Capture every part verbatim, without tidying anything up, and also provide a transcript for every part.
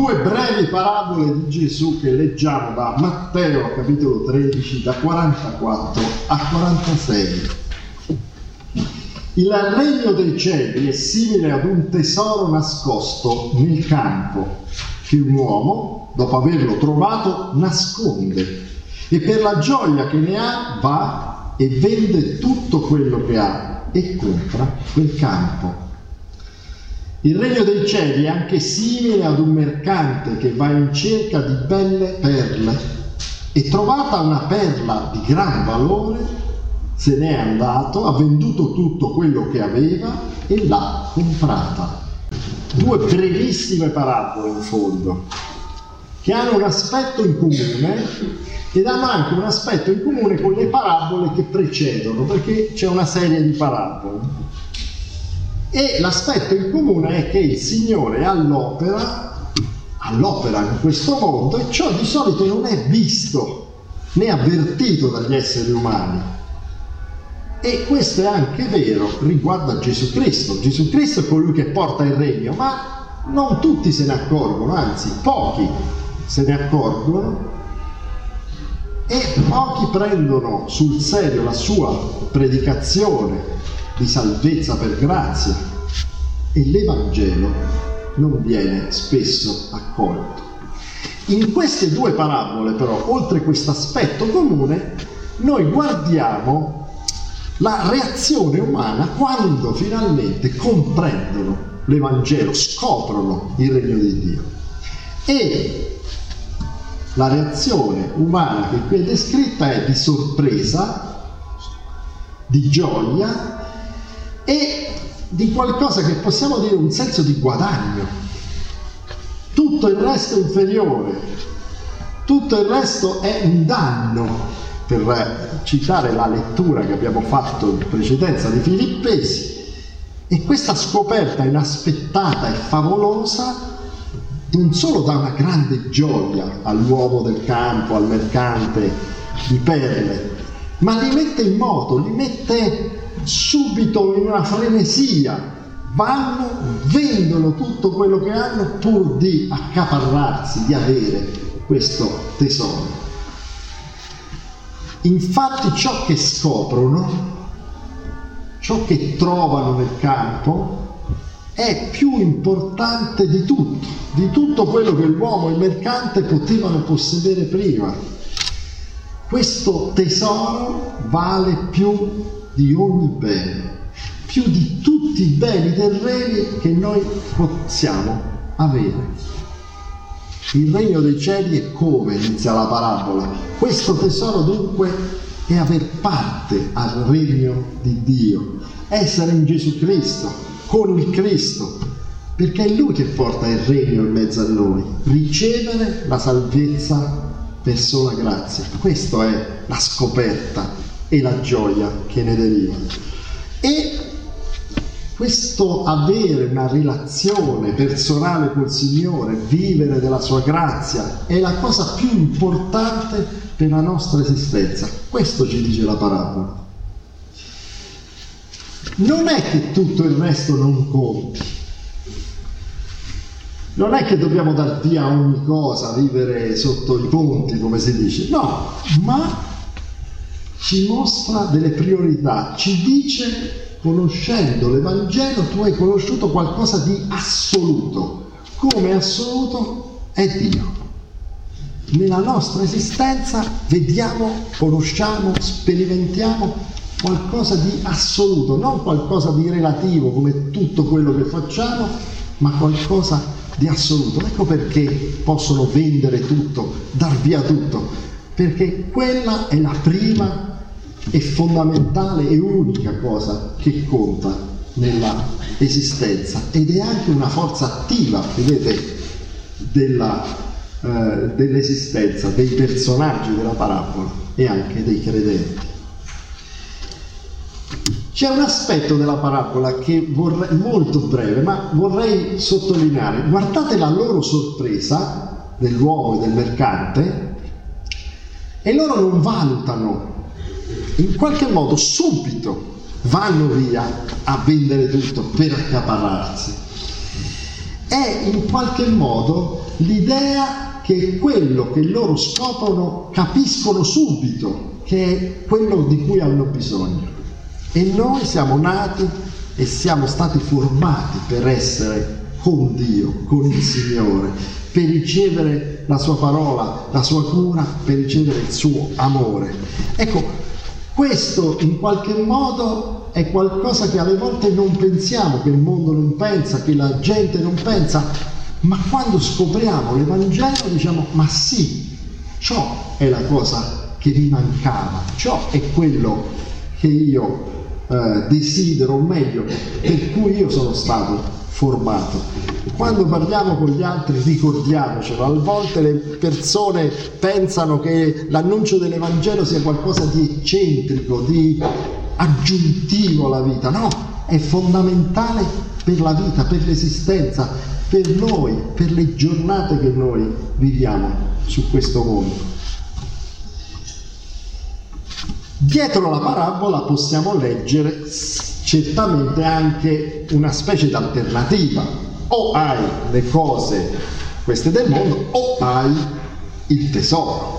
due brevi parabole di Gesù che leggiamo da Matteo capitolo tredici, da quarantaquattro a quarantasei. Il regno dei cieli è simile ad un tesoro nascosto nel campo che un uomo, dopo averlo trovato, nasconde e per la gioia che ne ha va e vende tutto quello che ha e compra quel campo. Il regno dei cieli è anche simile ad un mercante che va in cerca di belle perle e trovata una perla di gran valore se n'è andato, ha venduto tutto quello che aveva e l'ha comprata. Due brevissime parabole in fondo che hanno un aspetto in comune ed hanno anche un aspetto in comune con le parabole che precedono, perché c'è una serie di parabole. E l'aspetto in comune è che il Signore è all'opera, all'opera in questo mondo, e ciò di solito non è visto né avvertito dagli esseri umani. E questo è anche vero riguardo a Gesù Cristo. Gesù Cristo è colui che porta il regno, ma non tutti se ne accorgono, anzi pochi se ne accorgono, e pochi prendono sul serio la sua predicazione di salvezza per grazia, e l'Evangelo non viene spesso accolto. In queste due parabole però, oltre questo aspetto comune, noi guardiamo la reazione umana quando finalmente comprendono l'Evangelo, scoprono il regno di Dio. E la reazione umana che qui è descritta è di sorpresa, di gioia e di qualcosa che possiamo dire un senso di guadagno. Tutto il resto è inferiore, tutto il resto è un danno, per citare la lettura che abbiamo fatto in precedenza di Filippesi. E questa scoperta inaspettata e favolosa non solo dà una grande gioia all'uomo del campo, al mercante di perle, ma li mette in moto, li mette subito in una frenesia. Vanno, vendono tutto quello che hanno pur di accaparrarsi, di avere questo tesoro. Infatti ciò che scoprono, ciò che trovano nel campo, è più importante di tutto, di tutto quello che l'uomo e il mercante potevano possedere prima. Questo tesoro vale più di ogni bene, più di tutti i beni terreni che noi possiamo avere. Il regno dei cieli è come, inizia la parabola. Questo tesoro dunque è aver parte al regno di Dio, essere in Gesù Cristo, con il Cristo, perché è Lui che porta il regno in mezzo a noi, ricevere la salvezza per sola grazia. Questa è la scoperta e la gioia che ne deriva. E questo avere una relazione personale col Signore, vivere della sua grazia, è la cosa più importante per la nostra esistenza. Questo ci dice la parabola. Non è che tutto il resto non conti. Non è che dobbiamo dar via ogni cosa, vivere sotto i ponti, come si dice. No, ma ci mostra delle priorità, ci dice: conoscendo l'Evangelo tu hai conosciuto qualcosa di assoluto. Come assoluto è Dio. Nella nostra esistenza vediamo, conosciamo, sperimentiamo qualcosa di assoluto, non qualcosa di relativo come tutto quello che facciamo, ma qualcosa di assoluto. Ecco perché possono vendere tutto, dar via tutto, perché quella è la prima è fondamentale e unica cosa che conta nella esistenza, ed è anche una forza attiva, vedete, della, eh, dell'esistenza dei personaggi della parabola e anche dei credenti. C'è un aspetto della parabola che vorrei, molto breve, ma vorrei sottolineare. Guardate la loro sorpresa dell'uomo e del mercante, e loro non valutano, in qualche modo subito vanno via a vendere tutto per accaparrarsi. è in qualche modo l'idea che quello che loro scoprono capiscono subito, che è quello di cui hanno bisogno. E noi siamo nati e siamo stati formati per essere con Dio, con il Signore, per ricevere la sua parola, la sua cura, per ricevere il suo amore. Ecco, questo in qualche modo è qualcosa che alle volte non pensiamo, che il mondo non pensa, che la gente non pensa, ma quando scopriamo l'Evangelo diciamo: ma sì, ciò è la cosa che mi mancava, ciò è quello che io eh, desidero, o meglio, per cui io sono stato formato. Quando parliamo con gli altri ricordiamocelo, a volte le persone pensano che l'annuncio dell'Evangelo sia qualcosa di eccentrico, di aggiuntivo alla vita. No, è fondamentale per la vita, per l'esistenza, per noi, per le giornate che noi viviamo su questo mondo. Dietro la parabola possiamo leggere certamente anche una specie di alternativa: o hai le cose queste del mondo o hai il tesoro.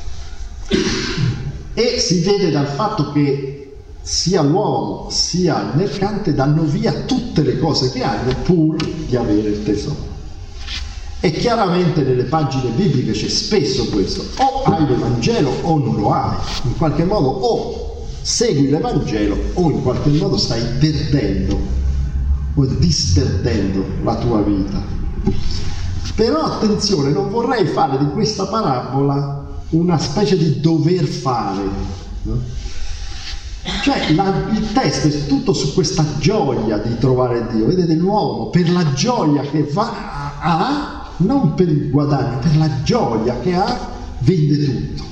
E si vede dal fatto che sia l'uomo sia il mercante danno via tutte le cose che hanno pur di avere il tesoro. E chiaramente nelle pagine bibliche c'è spesso questo: o hai l'Evangelo o non lo hai. In qualche modo o segui l'Evangelo o in qualche modo stai perdendo o disperdendo la tua vita. Però attenzione, non vorrei fare di questa parabola una specie di dover fare, no? Cioè la, il testo è tutto su questa gioia di trovare Dio. Vedete, l'uomo per la gioia che va a non per il guadagno, per la gioia che ha, vende tutto.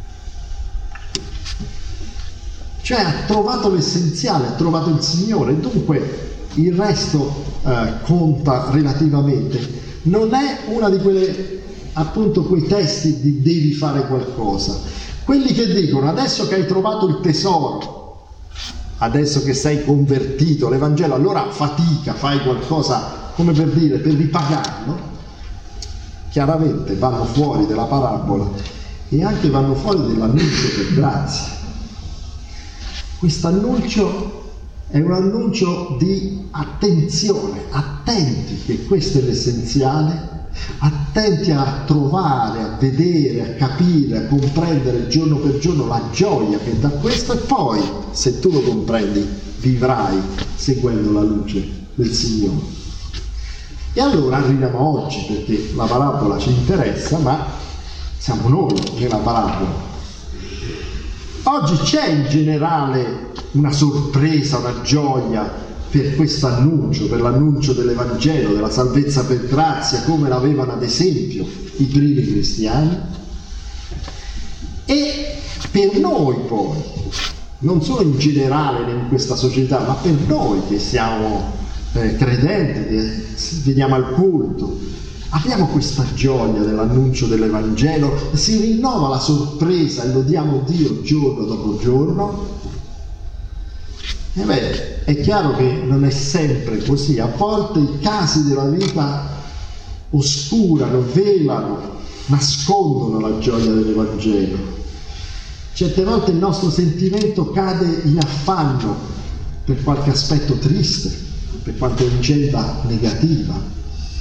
Cioè ha trovato l'essenziale, ha trovato il Signore, dunque il resto eh, conta relativamente. Non è una di quelle, appunto, quei testi di devi fare qualcosa. Quelli che dicono: adesso che hai trovato il tesoro, adesso che sei convertito all'Evangelo, allora fatica, fai qualcosa, come per dire, per ripagarlo. Chiaramente vanno fuori della parabola e anche vanno fuori dell'annuncio per grazia. Questo annuncio è un annuncio di attenzione, attenti che questo è l'essenziale, attenti a trovare, a vedere, a capire, a comprendere giorno per giorno la gioia che dà questo, e poi, se tu lo comprendi, vivrai seguendo la luce del Signore. E allora arriviamo a oggi, perché la parabola ci interessa, ma siamo noi nella parabola. Oggi c'è in generale una sorpresa, una gioia per questo annuncio, per l'annuncio dell'Evangelo, della salvezza per grazia, come l'avevano ad esempio i primi cristiani. E per noi poi, non solo in generale in questa società, ma per noi che siamo eh, credenti, che veniamo al culto, abbiamo questa gioia dell'annuncio dell'Evangelo, si rinnova la sorpresa e lodiamo Dio giorno dopo giorno. E beh, è chiaro che non è sempre così, a volte i casi della vita oscurano, velano, nascondono la gioia dell'Evangelo. Certe volte il nostro sentimento cade in affanno per qualche aspetto triste, per qualche vicenda negativa.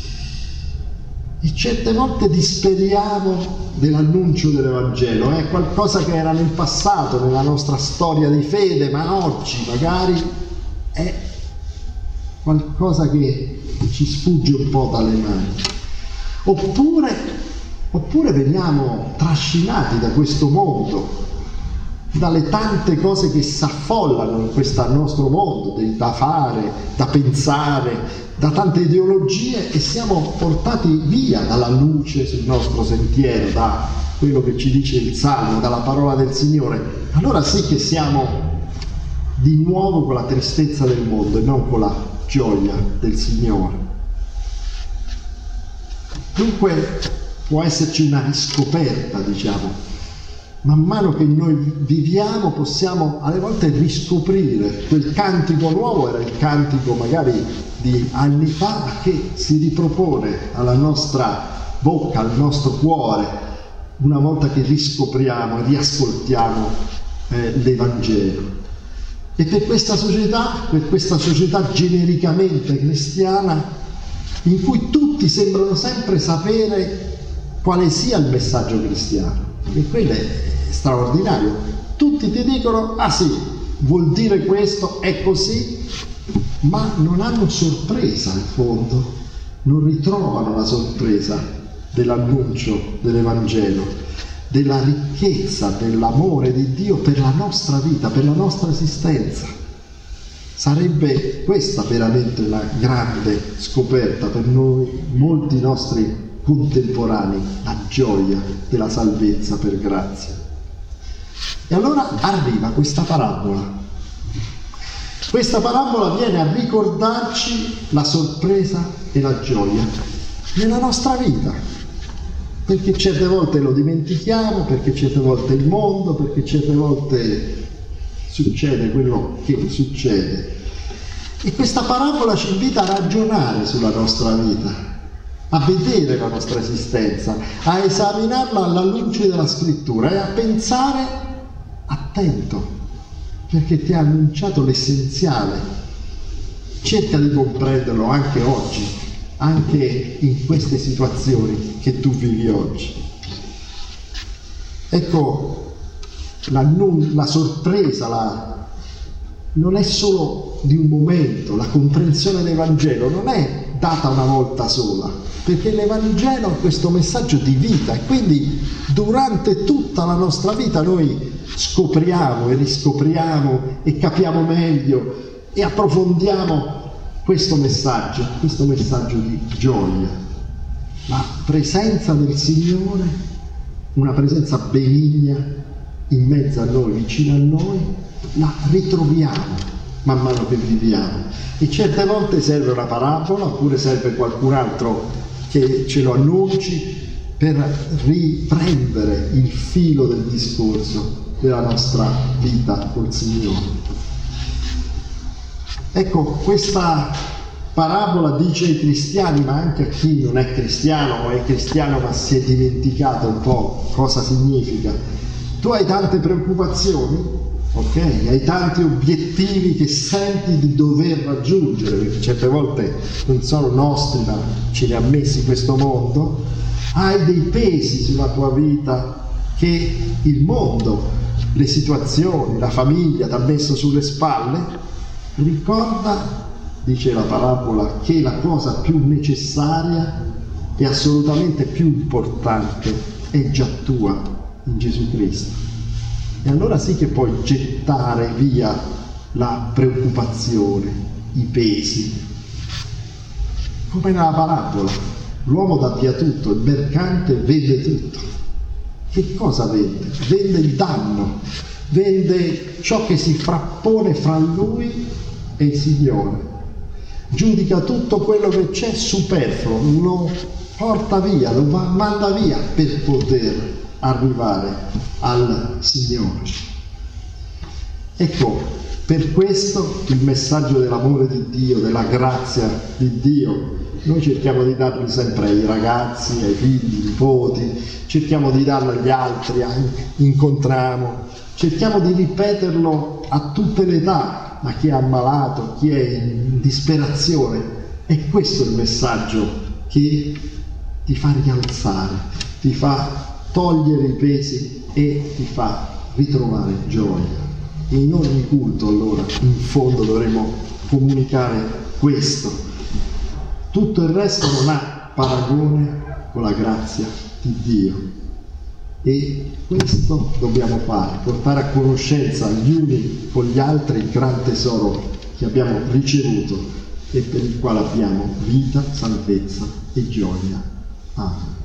E certe volte disperiamo dell'annuncio dell'Evangelo, è qualcosa che era nel passato, nella nostra storia di fede, ma oggi magari è qualcosa che ci sfugge un po' dalle mani. Oppure, oppure veniamo trascinati da questo mondo, dalle tante cose che si affollano in questo nostro mondo, da fare, da pensare, da tante ideologie, e siamo portati via dalla luce sul nostro sentiero, da quello che ci dice il Salmo, dalla parola del Signore. Allora sì che siamo di nuovo con la tristezza del mondo e non con la gioia del Signore. Dunque può esserci una riscoperta, diciamo, man mano che noi viviamo possiamo alle volte riscoprire quel cantico nuovo, era il cantico magari di anni fa, che si ripropone alla nostra bocca, al nostro cuore, una volta che riscopriamo e riascoltiamo eh, l'Evangelo. E per questa società, per questa società genericamente cristiana, in cui tutti sembrano sempre sapere quale sia il messaggio cristiano, e quello è straordinario. Tutti ti dicono, ah sì, vuol dire questo, è così, ma non hanno sorpresa in fondo, non ritrovano la sorpresa dell'annuncio dell'Evangelo, della ricchezza dell'amore di Dio per la nostra vita, per la nostra esistenza. Sarebbe questa veramente una grande scoperta per noi, molti nostri contemporanei, la gioia della salvezza per grazia. E allora arriva questa parabola. Questa parabola viene a ricordarci la sorpresa e la gioia nella nostra vita, perché certe volte lo dimentichiamo, perché certe volte il mondo, perché certe volte succede quello che succede. E questa parabola ci invita a ragionare sulla nostra vita, a vedere la nostra esistenza, a esaminarla alla luce della Scrittura e a pensare attento, perché ti ha annunciato l'essenziale. Cerca di comprenderlo anche oggi, anche in queste situazioni che tu vivi oggi. Ecco, la, la sorpresa, la, non è solo di un momento, la comprensione dell'Evangelo non è data una volta sola, perché l'Evangelo è questo messaggio di vita e quindi durante tutta la nostra vita noi scopriamo e riscopriamo e capiamo meglio e approfondiamo questo messaggio, questo messaggio di gioia, la presenza del Signore, una presenza benigna in mezzo a noi, vicino a noi, la ritroviamo man mano che viviamo. E certe volte serve una parabola, oppure serve qualcun altro che ce lo annunci per riprendere il filo del discorso della nostra vita col Signore. Ecco, questa parabola dice ai cristiani, ma anche a chi non è cristiano o è cristiano ma si è dimenticato un po' cosa significa. Tu hai tante preoccupazioni, ok? Hai tanti obiettivi che senti di dover raggiungere, perché certe volte non sono nostri, ma ce li ha messi questo mondo. Hai dei pesi sulla tua vita che il mondo, le situazioni, la famiglia ti ha messo sulle spalle. Ricorda, dice la parabola, che la cosa più necessaria e assolutamente più importante è già tua in Gesù Cristo. E allora sì che puoi gettare via la preoccupazione, i pesi. Come nella parabola, l'uomo dà via tutto, il mercante vende tutto. Che cosa vende? Vende il danno, vende ciò che si frappone fra lui e il Signore. Giudica tutto quello che c'è superfluo, lo porta via, lo manda via per poter arrivare al Signore. Ecco, per questo il messaggio dell'amore di Dio, della grazia di Dio, noi cerchiamo di darli sempre ai ragazzi, ai figli, ai nipoti, cerchiamo di darlo agli altri, incontriamo, cerchiamo di ripeterlo a tutte le età, a chi è ammalato, chi è in disperazione. E questo è il messaggio che ti fa rialzare, ti fa togliere i pesi e ti fa ritrovare gioia. E in ogni culto allora in fondo dovremo comunicare questo. Tutto il resto non ha paragone con la grazia di Dio, e questo dobbiamo fare, portare a conoscenza gli uni con gli altri il gran tesoro che abbiamo ricevuto e per il quale abbiamo vita, salvezza e gioia. Amen.